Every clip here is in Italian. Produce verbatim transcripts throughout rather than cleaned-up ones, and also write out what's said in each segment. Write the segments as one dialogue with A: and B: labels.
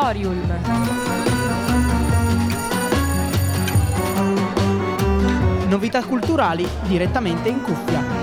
A: Auditorium.
B: Novità culturali direttamente in cuffia.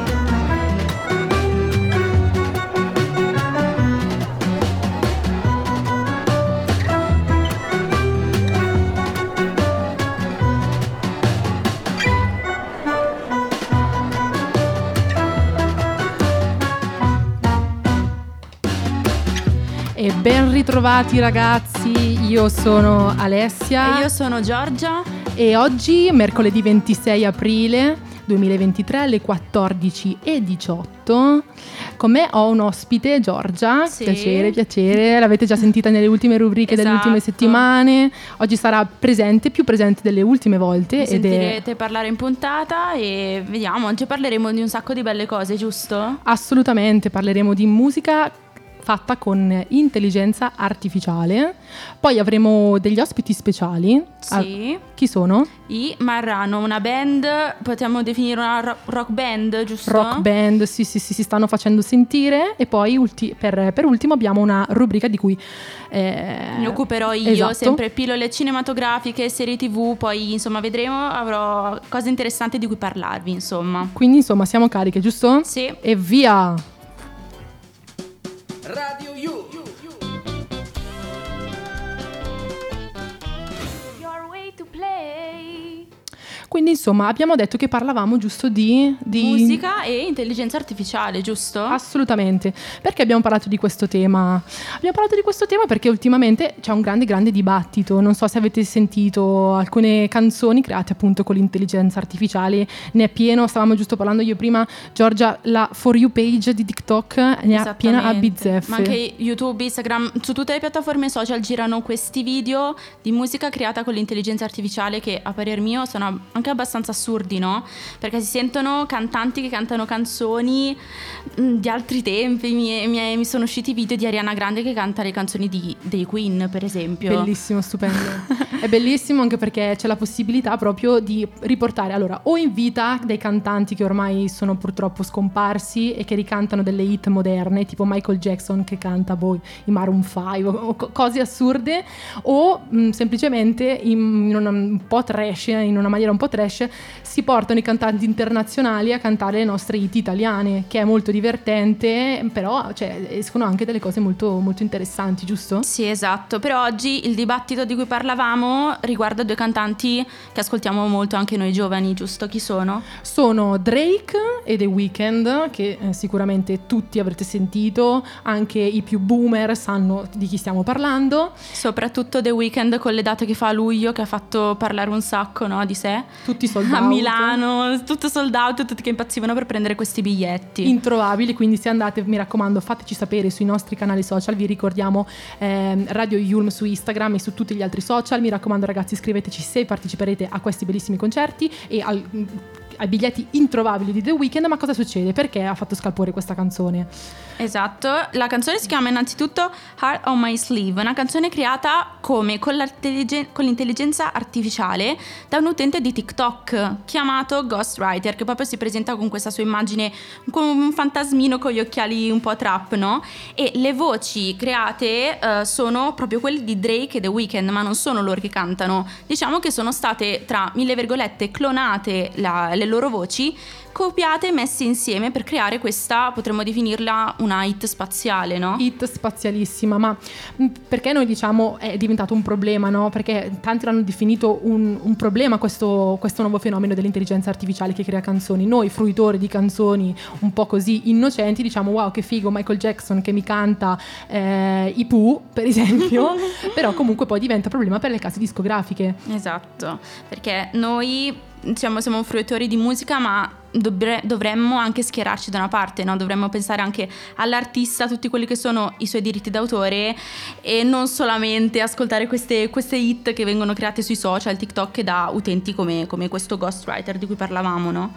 A: E ben ritrovati ragazzi, io sono Alessia.
C: E io sono Giorgia.
A: E oggi, mercoledì ventisei aprile duemilaventitré alle quattordici e diciotto, con me ho un ospite, Giorgia.
C: Sì.
A: Piacere, piacere, l'avete già sentita nelle ultime rubriche
C: Esatto.
A: delle ultime settimane. Oggi sarà presente, più presente delle ultime volte.
C: Mi
A: ed
C: sentirete
A: è...
C: parlare in puntata e vediamo, oggi parleremo di un sacco di belle cose, giusto?
A: Assolutamente, parleremo di musica fatta con intelligenza artificiale. Poi avremo degli ospiti speciali.
C: Sì.
A: Ah, chi sono?
C: I Marrano, una band, potremmo definire una ro- rock band, giusto?
A: Rock band, sì, sì, sì, si stanno facendo sentire. E poi ulti- per, per ultimo abbiamo una rubrica di cui eh,
C: mi occuperò io,
A: esatto.
C: Sempre pillole cinematografiche, serie tv, poi insomma vedremo, avrò cose interessanti di cui parlarvi, insomma.
A: Quindi insomma siamo cariche, giusto?
C: Sì.
A: E via!
B: Radio You.
C: Your way to play.
A: Quindi insomma abbiamo detto che parlavamo giusto di, di...
C: musica e intelligenza artificiale, giusto?
A: Assolutamente. Perché abbiamo parlato di questo tema? Abbiamo parlato di questo tema perché ultimamente c'è un grande grande dibattito. Non so se avete sentito alcune canzoni create appunto con l'intelligenza artificiale. Ne è pieno, stavamo giusto parlando io prima, Giorgia, la For You page di TikTok ne ha piena a bizzeffe.
C: Ma anche YouTube, Instagram, su tutte le piattaforme social girano questi video di musica creata con l'intelligenza artificiale che a parer mio sono anche abbastanza assurdi, no? Perché si sentono cantanti che cantano canzoni mh, di altri tempi. Mi, mi, mi sono usciti video di Ariana Grande che canta le canzoni di, dei Queen, per esempio.
A: Bellissimo, stupendo. È bellissimo anche perché c'è la possibilità proprio di riportare, allora, o in vita dei cantanti che ormai sono purtroppo scomparsi e che ricantano delle hit moderne, tipo Michael Jackson che canta boh, i Maroon cinque o, o cose assurde, o mh, semplicemente in, in una, un po' trash, in una maniera un po' trash, si portano i cantanti internazionali a cantare le nostre hit italiane, che è molto divertente, però cioè, escono anche delle cose molto, molto interessanti, giusto?
C: Sì, esatto. Però oggi il dibattito di cui parlavamo riguarda due cantanti che ascoltiamo molto anche noi giovani, giusto? Chi sono?
A: Sono Drake e The Weeknd, che eh, sicuramente tutti avrete sentito, anche i più boomer sanno di chi stiamo parlando.
C: Soprattutto The Weeknd con le date che fa a luglio, che ha fatto parlare un sacco, no, di sé.
A: Tutti sold out.
C: A Milano, tutto sold out, tutti che impazzivano per prendere questi biglietti.
A: Introvabili, quindi se andate, mi raccomando, fateci sapere sui nostri canali social, vi ricordiamo eh, Radio Yulm su Instagram e su tutti gli altri social. Mi raccomando ragazzi, scriveteci se parteciperete a questi bellissimi concerti e al, ai biglietti introvabili di The Weeknd. Ma cosa succede? Perché ha fatto scalpore questa canzone?
C: Esatto, la canzone si chiama innanzitutto Heart on My Sleeve, una canzone creata come con, con l'intelligenza artificiale da un utente di TikTok chiamato Ghostwriter, che proprio si presenta con questa sua immagine come un fantasmino con gli occhiali un po' trap, no? E le voci create uh, sono proprio quelle di Drake e The Weeknd, ma non sono loro che cantano. Diciamo che sono state, tra mille virgolette, clonate la, le loro voci, copiate e messe insieme per creare questa, potremmo definirla una hit spaziale, no?
A: Hit spazialissima, ma perché noi diciamo è diventato un problema, no? Perché tanti l'hanno definito un, un problema questo, questo nuovo fenomeno dell'intelligenza artificiale che crea canzoni. Noi fruitori di canzoni un po' così innocenti diciamo wow che figo Michael Jackson che mi canta eh, i Pooh per esempio, però comunque poi diventa problema per le case discografiche.
C: Esatto, perché noi diciamo siamo fruitori di musica ma dovre- dovremmo anche schierarci da una parte, no? Dovremmo pensare anche all'artista, a tutti quelli che sono i suoi diritti d'autore e non solamente ascoltare queste, queste hit che vengono create sui social, TikTok, da utenti come, come questo ghostwriter di cui parlavamo, no?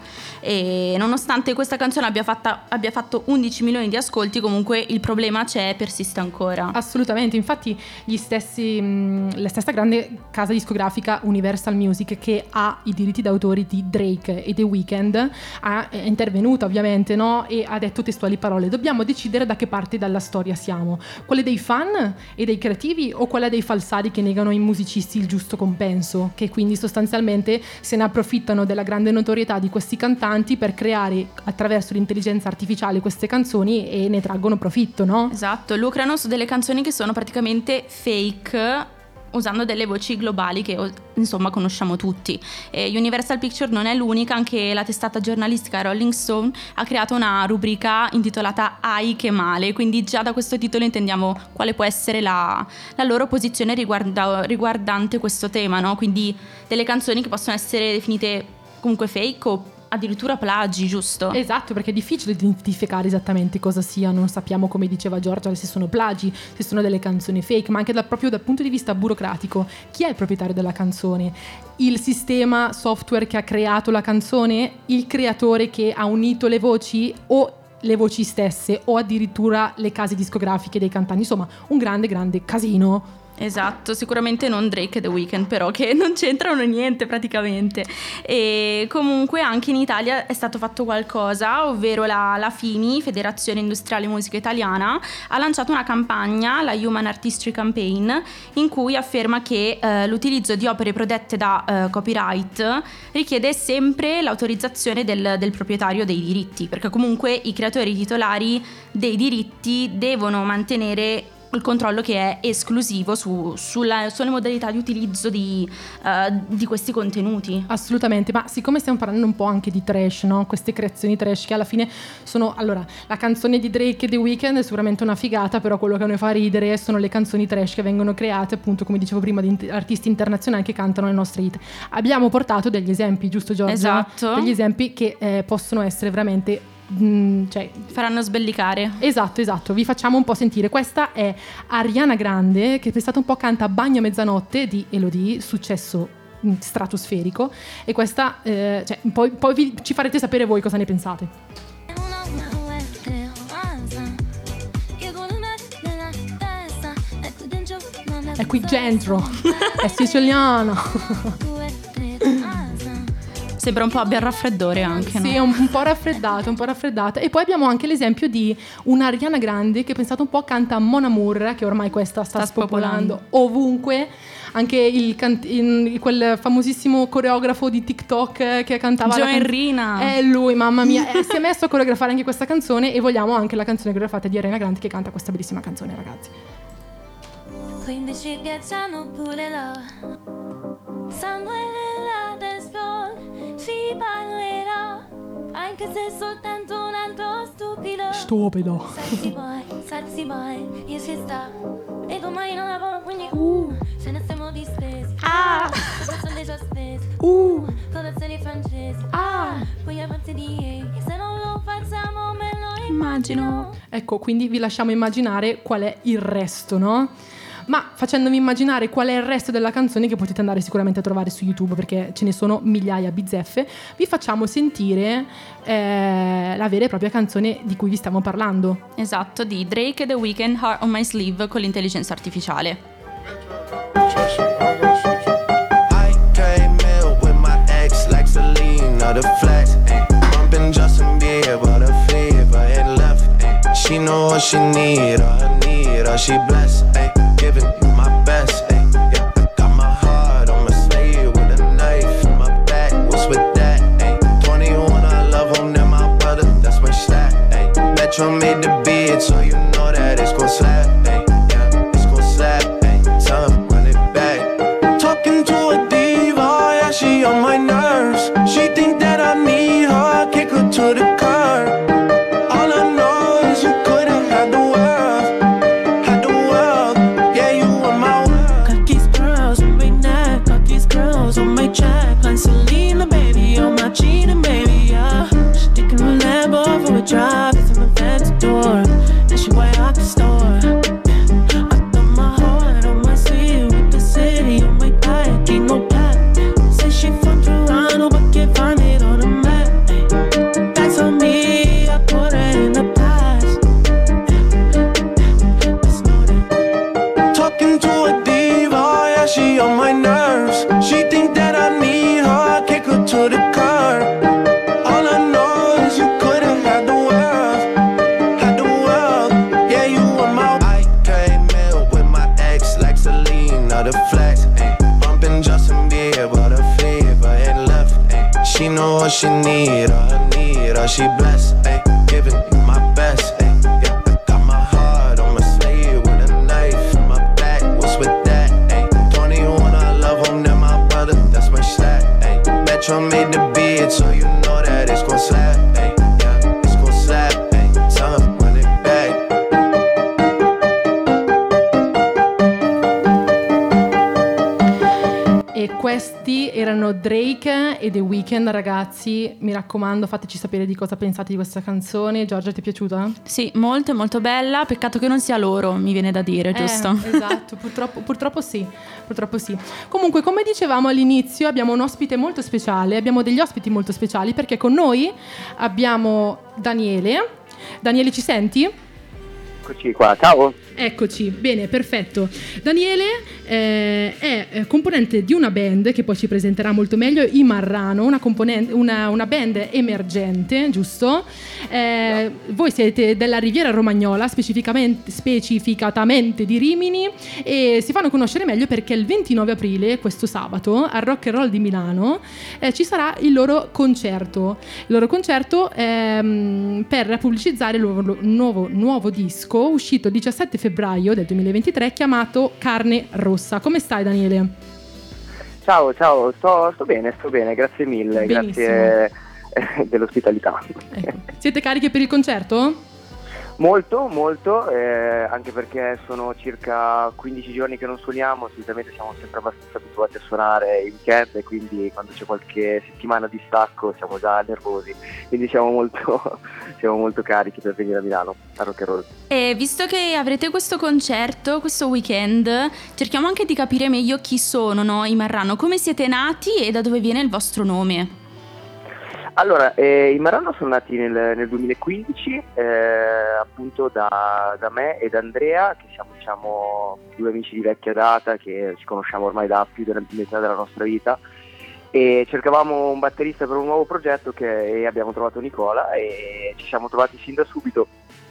C: E nonostante questa canzone abbia, fatta, abbia fatto undici milioni di ascolti, comunque il problema c'è e persiste ancora.
A: Assolutamente, infatti gli stessi, mh, la stessa grande casa discografica Universal Music, che ha i diritti d'autore di Drake e The Weeknd, ha, è intervenuta ovviamente, no? E ha detto testuali parole: dobbiamo decidere da che parte della storia siamo, quelle dei fan e dei creativi o quella dei falsari che negano ai musicisti il giusto compenso, che quindi sostanzialmente se ne approfittano della grande notorietà di questi cantanti per creare attraverso l'intelligenza artificiale queste canzoni e ne traggono profitto, no?
C: Esatto, lucrano su delle canzoni che sono praticamente fake, usando delle voci globali che insomma conosciamo tutti. E Universal Pictures non è l'unica, anche la testata giornalistica Rolling Stone ha creato una rubrica intitolata Ai che male, quindi già da questo titolo intendiamo quale può essere la, la loro posizione riguarda, riguardante questo tema, no? Quindi delle canzoni che possono essere definite comunque fake o addirittura plagi, giusto?
A: Esatto, perché è difficile identificare esattamente cosa sia, non sappiamo, come diceva Giorgia, se sono plagi, se sono delle canzoni fake, ma anche da, proprio dal punto di vista burocratico. Chi è il proprietario della canzone? Il sistema software che ha creato la canzone? Il creatore che ha unito le voci o le voci stesse o addirittura le case discografiche dei cantanti? Insomma, un grande grande casino.
C: Esatto, sicuramente non Drake e The Weeknd, però, che non c'entrano niente praticamente. E comunque anche in Italia è stato fatto qualcosa, ovvero la, la FIMI, Federazione Industriale Musica Italiana, ha lanciato una campagna, la Human Artistry Campaign, in cui afferma che eh, l'utilizzo di opere protette da eh, copyright richiede sempre l'autorizzazione del, del proprietario dei diritti, perché comunque i creatori titolari dei diritti devono mantenere il controllo che è esclusivo su, sulla, sulle modalità di utilizzo di, uh, di questi contenuti.
A: Assolutamente, ma siccome stiamo parlando un po' anche di trash, no? Queste creazioni trash che alla fine sono, allora, la canzone di Drake e The Weeknd è sicuramente una figata, però quello che a noi fa ridere sono le canzoni trash che vengono create, appunto, come dicevo prima, di artisti internazionali che cantano le nostre hit. Abbiamo portato degli esempi, giusto Giorgia?
C: Esatto.
A: Degli esempi che eh, possono essere veramente Mm, cioè,
C: faranno sbellicare.
A: Esatto, esatto, vi facciamo un po' sentire. Questa è Ariana Grande, che è stata un po' canta Bagno a mezzanotte di Elodie, successo stratosferico. E questa eh, cioè, poi, poi vi, ci farete sapere voi cosa ne pensate. È qui dentro, è siciliano.
C: Sembra un po' abbia il raffreddore anche, no?
A: Sì, un, un po' raffreddata, un po' raffreddata. E poi abbiamo anche l'esempio di una Ariana Grande che, pensate un po', canta Mon Amour, che ormai questa sta, sta spopolando ovunque. Anche il can- in, quel famosissimo coreografo di TikTok che cantava
C: Joe
A: la can-
C: Enrina.
A: È lui, mamma mia. eh, si è messo a coreografare anche questa canzone, e vogliamo anche la canzone coreografata di Ariana Grande che canta questa bellissima canzone, ragazzi.
D: Quindi ci piacciono pure loro, Samuele la desplore, ci parlerò, anche se soltanto un altro stupido.
A: Stupido.
D: Sexy boy, sexy boy, io ci sta, e domani non lavoro, quindi uh, ce ne siamo distesi.
C: Ah,
D: sono dei già spesi.
A: Uh,
D: colazioni francesi.
A: ah.
D: Poi a parte di ieri, se non lo facciamo me lo
C: immagino.
A: Ecco, quindi vi lasciamo immaginare qual è il resto, no? Ma facendovi immaginare qual è il resto della canzone, che potete andare sicuramente a trovare su YouTube perché ce ne sono migliaia bizzeffe, vi facciamo sentire eh, la vera e propria canzone di cui vi stiamo parlando.
C: Esatto, di Drake e The Weeknd, Heart on My Sleeve, con l'intelligenza artificiale.
E: I came in with my ex like Selena, the flex, ayy. Bumping Justin Bieber, the fever ain't left, ayy. She know what she need, all her need, all she blessed, ayy. Giving my best, ayy. Yeah, I got my heart on my sleeve with a knife in my back. What's with that, ayy? twenty-one, I love him, they're my brother, that's my stat, ayy. Metro made the beat, so you know that it's gon' slap, ayy. Yeah, it's gon' slap, ayy. Tell him run it back. Talking to a diva, yeah, she on my nerves. She think that I need her, kick her to the curb. All I know is you couldn't have the world, had the world, yeah, you on my world.
F: Got these girls on my neck, got these girls on my check. Like Selena, baby, on my cheating, baby, yeah. She taking a Lambo for a drive, it's on the fancy door, and she way out the store.
E: she need, all her need, all she blessed, ayy, giving my best, ayy, yeah, I got my heart on my sleeve with a knife in my back, what's with that, ayy, twenty-one, I love him, they're my brother, that's my stat, ayy, Metro made the beat, so you know that it's gon' slap, ayy, yeah, it's gon' slap, ayy, tell him run it back.
A: E questi erano Drake e The Weeknd, ragazzi. Mi raccomando, fateci sapere di cosa pensate di questa canzone. Giorgia, ti è piaciuta?
C: Sì, molto molto bella. Peccato che non sia loro, mi viene da dire,
A: Eh,
C: giusto?
A: esatto, purtroppo, purtroppo sì, purtroppo sì. Comunque, come dicevamo all'inizio, abbiamo un ospite molto speciale. Abbiamo degli ospiti molto speciali perché con noi abbiamo Daniele. Daniele, ci senti?
G: Eccoci qua, ciao.
A: Eccoci, bene, perfetto. Daniele eh, è eh, componente di una band che poi ci presenterà molto meglio, I Marrano, una, componente, una, una band emergente, giusto? Eh, voi siete della Riviera Romagnola, specificamente, specificatamente di Rimini, e si fanno conoscere meglio perché il ventinove aprile, questo sabato, al Rock and Roll di Milano, eh, ci sarà il loro concerto. Il loro concerto ehm, per pubblicizzare il nuovo, nuovo, nuovo disco uscito il diciassette febbraio del duemilaventitré chiamato Carne Rossa. Come stai, Daniele?
G: Ciao, ciao, sto, sto bene, sto bene, grazie mille,
A: Benissimo.
G: grazie eh, dell'ospitalità.
A: Ecco. Siete cariche per il concerto?
G: Molto, molto, eh, anche perché sono circa quindici giorni che non suoniamo, solitamente siamo sempre abbastanza abituati a suonare il weekend e quindi quando c'è qualche settimana di stacco siamo già nervosi, quindi siamo molto, siamo molto carichi per venire a Milano a Rock and Roll.
C: E visto che avrete questo concerto, questo weekend, cerchiamo anche di capire meglio chi sono, no? I Marrano, come siete nati e da dove viene il vostro nome?
G: Allora, eh, i Marrano sono nati nel, nel duemilaquindici, eh, appunto da, da me e da Andrea, che siamo diciamo due amici di vecchia data, che ci conosciamo ormai da più della metà della nostra vita, e cercavamo un batterista per un nuovo progetto che e abbiamo trovato Nicola e ci siamo trovati sin da subito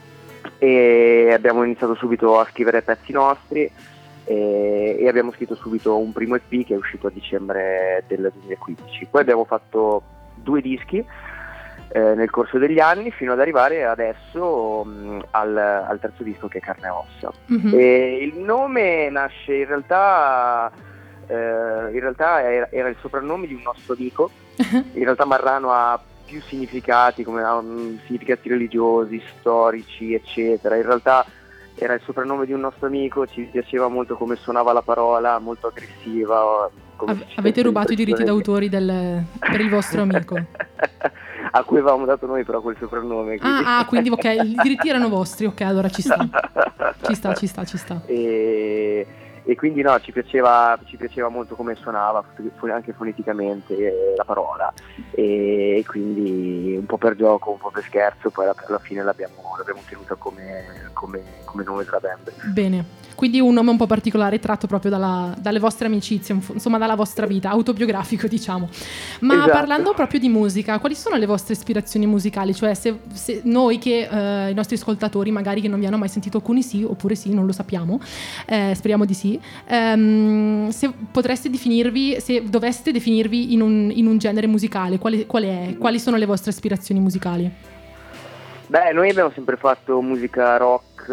G: e abbiamo iniziato subito a scrivere pezzi nostri e, e abbiamo scritto subito un primo E P che è uscito a dicembre del duemilaquindici. Poi abbiamo fatto due dischi eh, nel corso degli anni fino ad arrivare adesso mh, al, al terzo disco che è Carne Ossa.
A: Mhm.
G: E il nome nasce in realtà eh, in realtà era, era il soprannome di un nostro amico. In realtà Marrano ha più significati, come ha um, significati religiosi, storici, eccetera. In realtà era il soprannome di un nostro amico, ci piaceva molto come suonava la parola, molto aggressiva. come
A: Ave-
G: ci
A: avete rubato i diritti
G: espressione-
A: d'autori del- per il vostro amico.
G: a cui avevamo dato noi però quel soprannome. quindi-
A: Ah, ah, quindi ok, i diritti erano vostri, ok, allora ci sta. Ci sta, ci sta, ci sta.
G: e, e quindi no, ci piaceva, ci piaceva molto come suonava fo- anche foneticamente eh, la parola e quindi un po' per gioco, un po' per scherzo, poi alla, alla fine l'abbiamo, l'abbiamo tenuta come, come, come nome della band.
A: Bene, quindi un nome un po' particolare tratto proprio dalla- dalle vostre amicizie, inf- insomma dalla vostra vita, autobiografico diciamo. Ma
G: Esatto.
A: parlando proprio di musica, quali sono le vostre ispirazioni musicali? Cioè se, se noi che, eh, i nostri ascoltatori magari che non vi hanno mai sentito, alcuni sì, oppure sì, non lo sappiamo, eh, speriamo di sì, ehm, se potreste definirvi, se doveste definirvi in un, in un genere musicale, quali, qual è, quali sono le vostre ispirazioni musicali?
G: Beh, noi abbiamo sempre fatto musica rock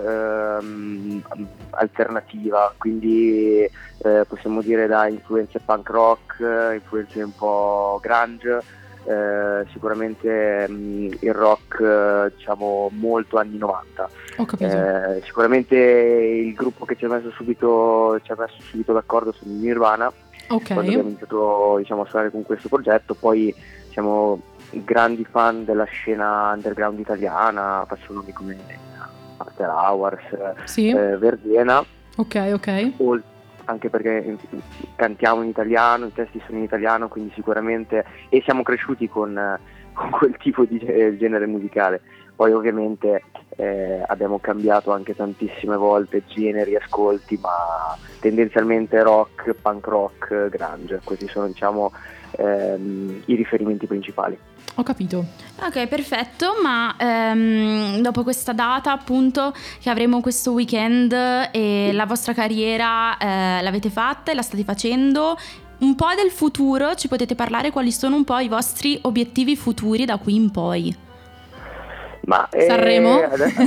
G: ehm, alternativa, quindi eh, possiamo dire da influenze punk rock, eh, influenze un po' grunge, eh, sicuramente mh, il rock eh, diciamo molto anni novanta.
A: Ho capito.
G: Eh, sicuramente il gruppo che ci ha messo subito, ci ha messo subito d'accordo sono i Nirvana,
A: Ok.
G: quando abbiamo iniziato diciamo, a suonare con questo progetto, poi siamo grandi fan della scena underground italiana, faccio nomi come After Hours,
A: Sì.
G: eh, Verdena,
A: Ok, ok.
G: ol- anche perché cantiamo in italiano, i testi sono in italiano, quindi sicuramente, e siamo cresciuti con, con quel tipo di eh, genere musicale. Poi ovviamente eh, abbiamo cambiato anche tantissime volte generi, ascolti, ma tendenzialmente rock, punk rock, grunge, questi sono diciamo ehm, i riferimenti principali.
A: Ho capito.
C: Ok, perfetto, ma ehm, dopo questa data appunto che avremo questo weekend e la vostra carriera eh, l'avete fatta e la state facendo, un po' del futuro, ci potete parlare quali sono un po' i vostri obiettivi futuri da qui in poi?
G: Ma, eh,
A: Sanremo?
G: adesso...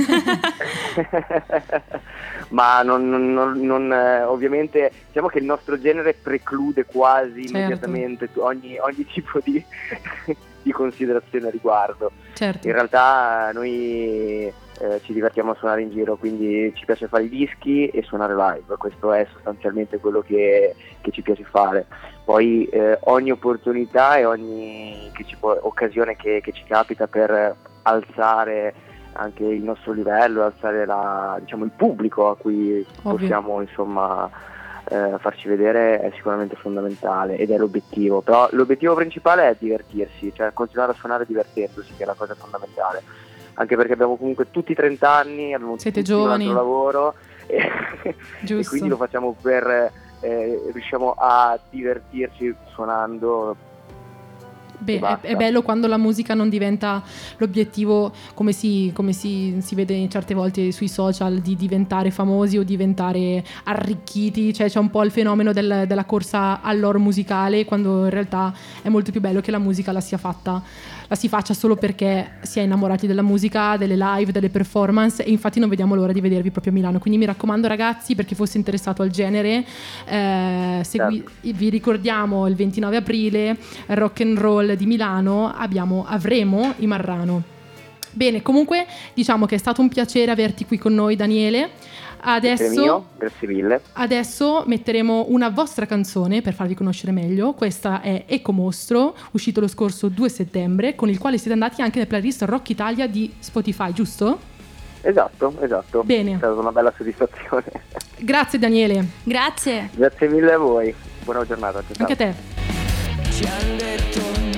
G: Ma non, non, non eh, ovviamente diciamo che il nostro genere preclude quasi
A: certo.
G: immediatamente ogni, ogni tipo di, di considerazione a riguardo.
A: Certo.
G: In realtà noi eh, ci divertiamo a suonare in giro, quindi ci piace fare i dischi e suonare live, questo è sostanzialmente quello che, che ci piace fare. Poi eh, ogni opportunità e ogni che ci può, occasione che, che ci capita per alzare anche il nostro livello, alzare la, diciamo, il pubblico a cui
A: Ovvio.
G: possiamo insomma eh, farci vedere è sicuramente fondamentale ed è l'obiettivo. Però l'obiettivo principale è divertirsi, cioè continuare a suonare divertendosi, che è la cosa fondamentale, anche perché abbiamo comunque tutti trenta anni, abbiamo
A: Siete
G: tutti
A: giovani.
G: un altro lavoro e, e quindi lo facciamo per eh, riusciamo a divertirci suonando.
A: Beh, è, è bello quando la musica non diventa l'obiettivo, come si, come si, si vede certe volte sui social, di diventare famosi o diventare arricchiti, cioè c'è un po' il fenomeno del, della corsa all'oro musicale, quando in realtà è molto più bello che la musica la sia fatta, la si faccia solo perché si è innamorati della musica, delle live, delle performance, e infatti non vediamo l'ora di vedervi proprio a Milano. Quindi mi raccomando ragazzi, per chi fosse interessato al genere, eh, segui- certo. vi ricordiamo il ventinove aprile Rock and Roll di Milano, abbiamo, avremo i Marrano. Bene, comunque diciamo che è stato un piacere averti qui con noi, Daniele. Adesso,
G: mio, grazie mille.
A: Adesso metteremo una vostra canzone per farvi conoscere meglio. Questa è Ecomostro, uscito lo scorso due settembre, con il quale siete andati anche nel playlist Rock Italia di Spotify, giusto?
G: Esatto, esatto.
A: Bene.
G: È stata una bella soddisfazione.
A: Grazie Daniele.
C: Grazie.
G: Grazie mille a voi. Buona giornata. Ciao.
A: Anche a te.
F: Ci han detto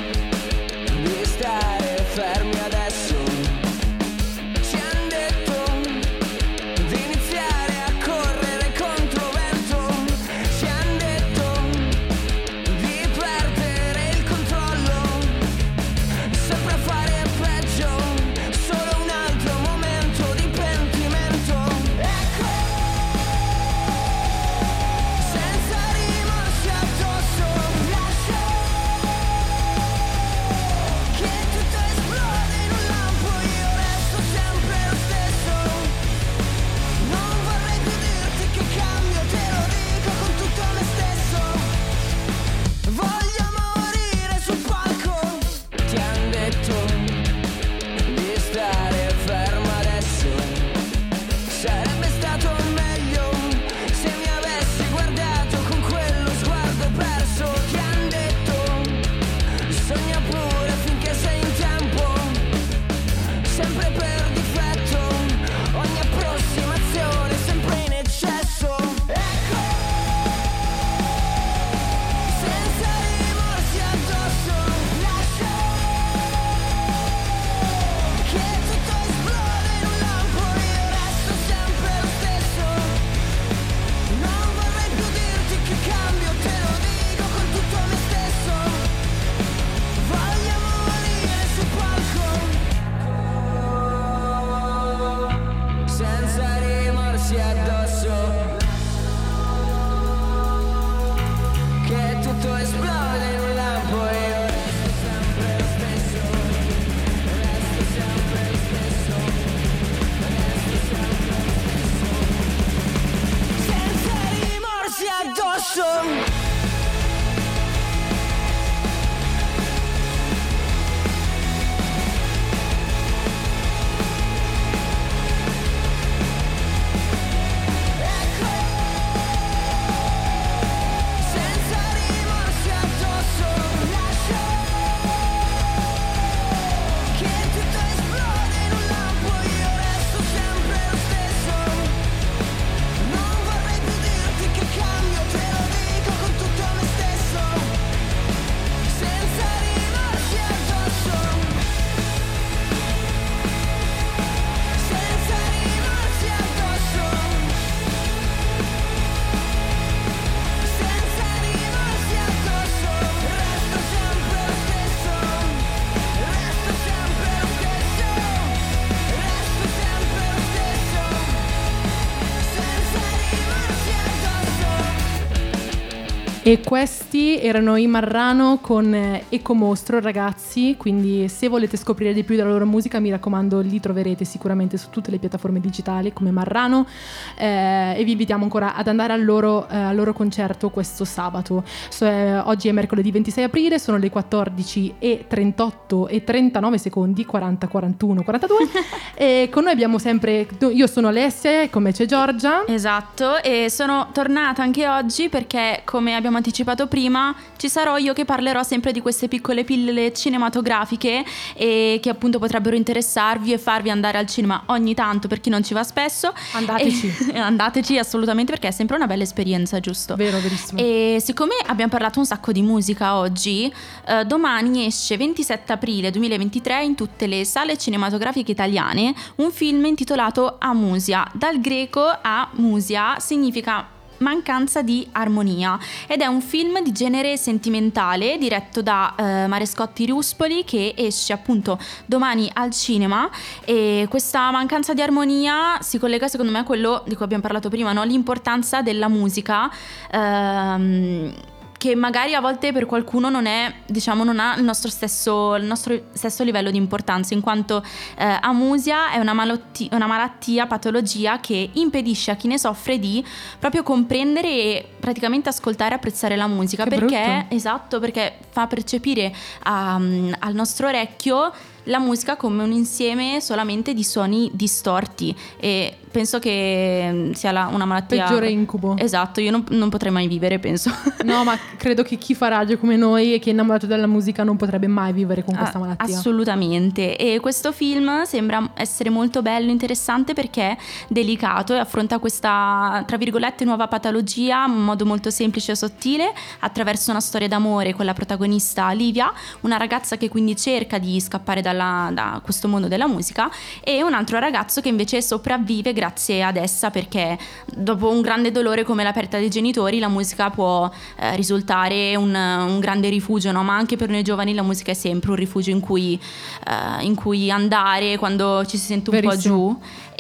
F: di stare fermi adesso. Ci han detto di iniziare a correre contro vento. Ci han detto di perdere il controllo, sempre a fare peggio, solo un altro momento di pentimento. Ecco, senza rimorsi addosso, lascia
A: E questi erano i Marrano con Ecomostro, ragazzi, quindi se volete scoprire di più della loro musica mi raccomando, li troverete sicuramente su tutte le piattaforme digitali come Marrano, eh, e vi invitiamo ancora ad andare al loro, eh, al loro concerto questo sabato. So, eh, oggi è mercoledì ventisei aprile, sono le quattordici e trentotto e trentanove secondi, quaranta, quarantuno, quarantadue e con noi abbiamo sempre, io sono Alessia e con me c'è Giorgia.
C: Esatto, e sono tornata anche oggi perché, come abbiamo anticipato prima, ci sarò io che parlerò sempre di queste piccole pillole cinematografiche e che appunto potrebbero interessarvi e farvi andare al cinema ogni tanto per chi non ci va spesso.
A: Andateci.
C: E, andateci assolutamente, perché è sempre una bella esperienza, giusto?
A: Vero, verissimo.
C: E siccome abbiamo parlato un sacco di musica oggi, eh, domani esce ventisette aprile duemilaventitré in tutte le sale cinematografiche italiane un film intitolato Amusia. Dal greco amusia significa mancanza di armonia ed è un film di genere sentimentale diretto da eh, Marescotti Ruspoli, che esce appunto domani al cinema. E questa mancanza di armonia si collega secondo me a quello di cui abbiamo parlato prima, no? L'importanza della musica, ehm, che magari a volte per qualcuno non è, diciamo, non ha il nostro stesso, il nostro stesso livello di importanza, in quanto eh, amusia è una, malotti- una malattia, patologia che impedisce a chi ne soffre di proprio comprendere e praticamente ascoltare e apprezzare la musica.
A: Che
C: perché
A: brutto.
C: Esatto, perché fa percepire um, al nostro orecchio la musica come un insieme solamente di suoni distorti, e penso che sia la, una malattia
A: Peggiore incubo.
C: Esatto, io non, non potrei mai vivere, penso.
A: No, ma credo che chi fa radio come noi e che è innamorato della musica non potrebbe mai vivere con questa malattia.
C: Assolutamente. E questo film sembra essere molto bello, interessante, perché è delicato e affronta questa, tra virgolette, nuova patologia in modo molto semplice e sottile, attraverso una storia d'amore con la protagonista Livia, una ragazza che quindi cerca di scappare dalla, da questo mondo della musica, e un altro ragazzo che invece sopravvive grazie ad essa, perché dopo un grande dolore come la perdita dei genitori, la musica può eh, risultare un, un grande rifugio, no? Ma anche per noi giovani la musica è sempre un rifugio in cui, eh, in cui andare quando ci si sente un
A: Verissimo.
C: po' giù.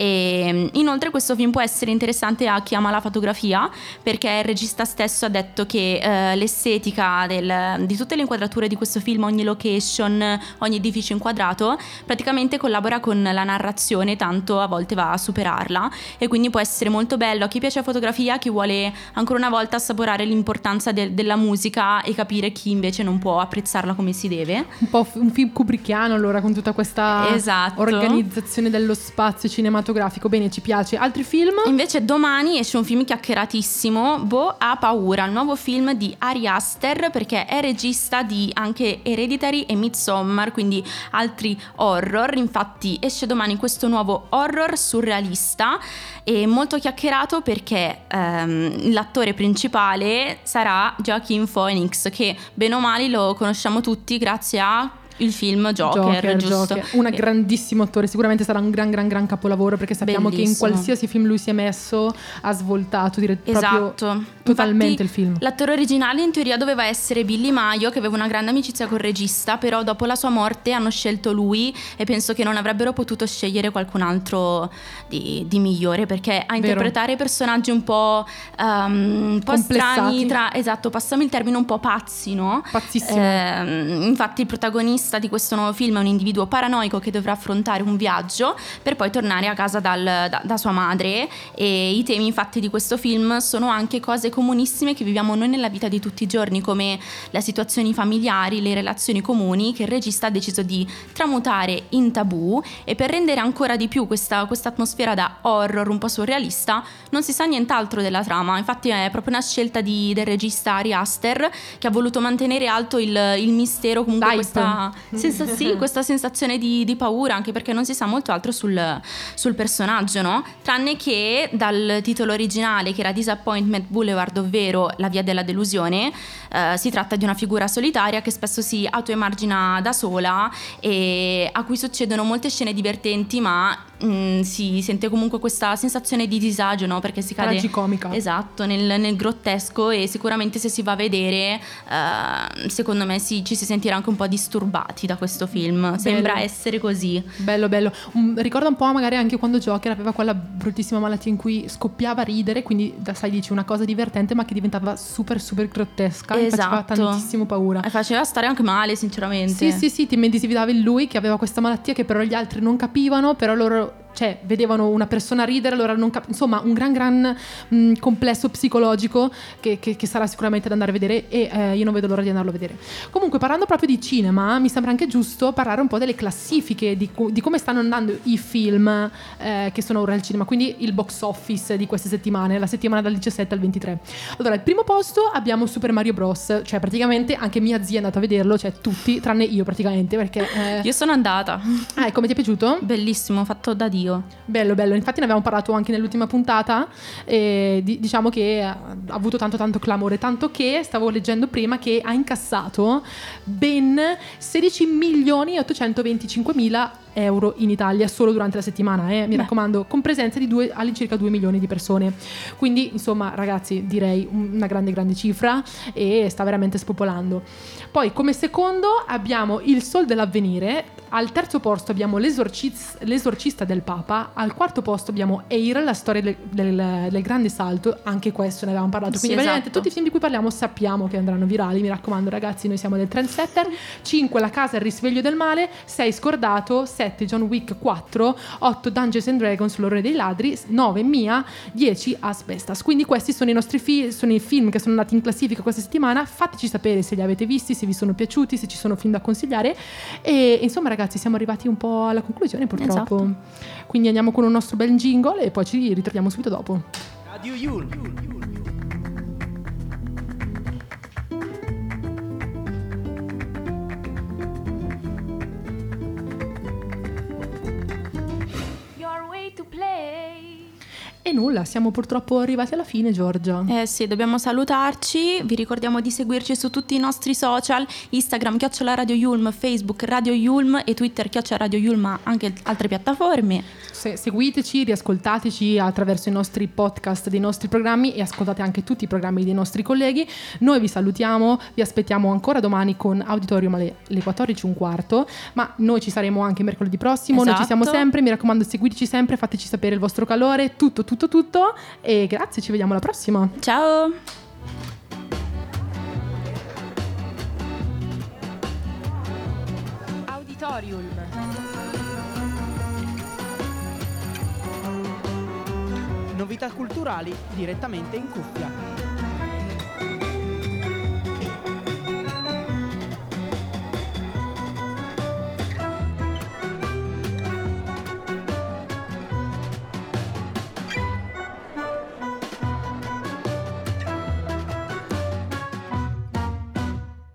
C: E inoltre questo film può essere interessante a chi ama la fotografia, perché il regista stesso ha detto che eh, l'estetica del, di tutte le inquadrature di questo film, ogni location, ogni edificio inquadrato, praticamente collabora con la narrazione, tanto a volte va a superarla, e quindi può essere molto bello a chi piace la fotografia, a chi vuole ancora una volta assaporare l'importanza de- della musica e capire chi invece non può apprezzarla come si deve.
A: Un po' f- un film kubrickiano, allora, con tutta questa
C: Esatto.
A: organizzazione dello spazio cinematografico. Bene, ci piace. Altri film?
C: Invece domani esce un film chiacchieratissimo, Bo ha paura, il nuovo film di Ari Aster, perché è regista di anche Hereditary e Midsommar, quindi altri horror. Infatti esce domani questo nuovo horror surrealista e molto chiacchierato, perché ehm, l'attore principale sarà Joaquin Phoenix, che bene o male lo conosciamo tutti grazie a il film Joker,
A: Joker,
C: giusto?
A: Joker. Un
C: Eh,
A: grandissimo attore, sicuramente sarà un gran gran gran capolavoro, perché sappiamo
C: Bellissimo.
A: che in qualsiasi film lui si è messo ha svoltato dire,
C: Esatto.
A: proprio totalmente
C: Infatti,
A: il film.
C: L'attore originale in teoria doveva essere Billy Maio, che aveva una grande amicizia col regista, però dopo la sua morte hanno scelto lui, e penso che non avrebbero potuto scegliere qualcun altro di, di migliore, perché a interpretare personaggi un po', um, un po'
A: Complessati.
C: strani, tra, esatto, passami il termine, un po' pazzi, no?
A: Pazzissimo.
C: Eh, infatti il protagonista di questo nuovo film è un individuo paranoico che dovrà affrontare un viaggio per poi tornare a casa dal, da, da sua madre, e i temi infatti di questo film sono anche cose comunissime che viviamo noi nella vita di tutti i giorni, come le situazioni familiari, le relazioni comuni, che il regista ha deciso di tramutare in tabù. E per rendere ancora di più questa questa atmosfera da horror un po' surrealista, non si sa nient'altro della trama. Infatti è proprio una scelta di, del regista Ari Aster, che ha voluto mantenere alto il, il mistero, comunque
A: Hype.
C: questa, senza, sì, questa sensazione di, di paura, anche perché non si sa molto altro sul, sul personaggio, no? Tranne che dal titolo originale, che era Disappointment Boulevard, ovvero La via della delusione, eh, si tratta di una figura solitaria che spesso si autoemargina da sola e a cui succedono molte scene divertenti, ma mh, si sente comunque questa sensazione di disagio, no? Perché si cade
A: tragicomica.
C: esatto nel, nel grottesco, e sicuramente se si va a vedere uh, secondo me si, ci si sentirà anche un po' disturbati da questo film. Sembra
A: Bello.
C: essere così.
A: Bello, bello. Um, ricorda un po' magari anche quando Joker aveva quella bruttissima malattia in cui scoppiava a ridere, quindi da, sai, dici una cosa divertente ma che diventava super super grottesca. Mi faceva
C: Esatto.
A: tantissimo paura.
C: E faceva stare anche male, sinceramente.
A: Sì, sì, sì, ti immedesimavi in lui che aveva questa malattia che però gli altri non capivano, però loro, cioè, vedevano una persona ridere, allora non cap- insomma, un gran gran mh, complesso psicologico che, che, che sarà sicuramente da andare a vedere, e eh, io non vedo l'ora di andarlo a vedere. Comunque, parlando proprio di cinema, mi sembra anche giusto parlare un po' delle classifiche, di, co- di come stanno andando i film eh, che sono ora al cinema, quindi il box office di queste settimane, la settimana dal diciassette al ventitré. Allora, al primo posto abbiamo Super Mario Bros, cioè praticamente anche mia zia è andata a vederlo, cioè tutti, tranne io praticamente, perché... Eh...
C: Io sono andata.
A: Ah, e come ti è piaciuto?
C: Bellissimo, fatto da Dio.
A: Bello, bello, infatti ne avevamo parlato anche nell'ultima puntata, e di- diciamo che ha avuto tanto tanto clamore, tanto che stavo leggendo prima che ha incassato ben sedici milioni e ottocentoventicinque mila euro in Italia solo durante la settimana, eh? mi
C: Beh.
A: raccomando, con presenza di due, all'incirca due milioni di persone, quindi insomma ragazzi direi una grande grande cifra e sta veramente spopolando. Poi come secondo abbiamo Il Sol dell'Avvenire, al terzo posto abbiamo L'esorcis- L'esorcista del Papa, al quarto posto abbiamo Air, la storia del, del, del grande salto, anche questo ne avevamo parlato,
C: Sì,
A: quindi veramente
C: esatto.
A: tutti i film di cui parliamo sappiamo che andranno virali, mi raccomando ragazzi, noi siamo del trendsetter. Cinque La casa e il risveglio del male, sei Scordato, sette John Wick quattro, otto Dungeons and Dragons l'orrore dei ladri, nove Mia, dieci Asbestas. Quindi questi sono i nostri fi- sono i film che sono andati in classifica questa settimana, fateci sapere se li avete visti, se vi sono piaciuti, se ci sono film da consigliare, e insomma ragazzi siamo arrivati un po' alla conclusione purtroppo,
C: Esatto.
A: quindi andiamo con un nostro bel jingle e poi ci ritroviamo subito dopo.
B: Radio Yul.
D: Your way to play.
A: E nulla, siamo purtroppo arrivati alla fine, Giorgia.
C: Eh sì, dobbiamo salutarci. Vi ricordiamo di seguirci su tutti i nostri social: Instagram chiocciola Radio Yulm, Facebook Radio Yulm e Twitter chiocciola Radio Yulm, ma anche altre piattaforme.
A: Se- seguiteci, riascoltateci attraverso i nostri podcast dei nostri programmi e ascoltate anche tutti i programmi dei nostri colleghi. Noi vi salutiamo, vi aspettiamo ancora domani con Auditorium alle, alle quattordici e un quarto, ma noi ci saremo anche mercoledì prossimo. Noi ci siamo
C: Esatto.
A: sempre, mi raccomando seguiteci sempre, fateci sapere il vostro calore, tutto tutto tutto, e grazie, ci vediamo alla prossima.
C: Ciao!
A: Auditorium.
B: Novità culturali direttamente in cuffia.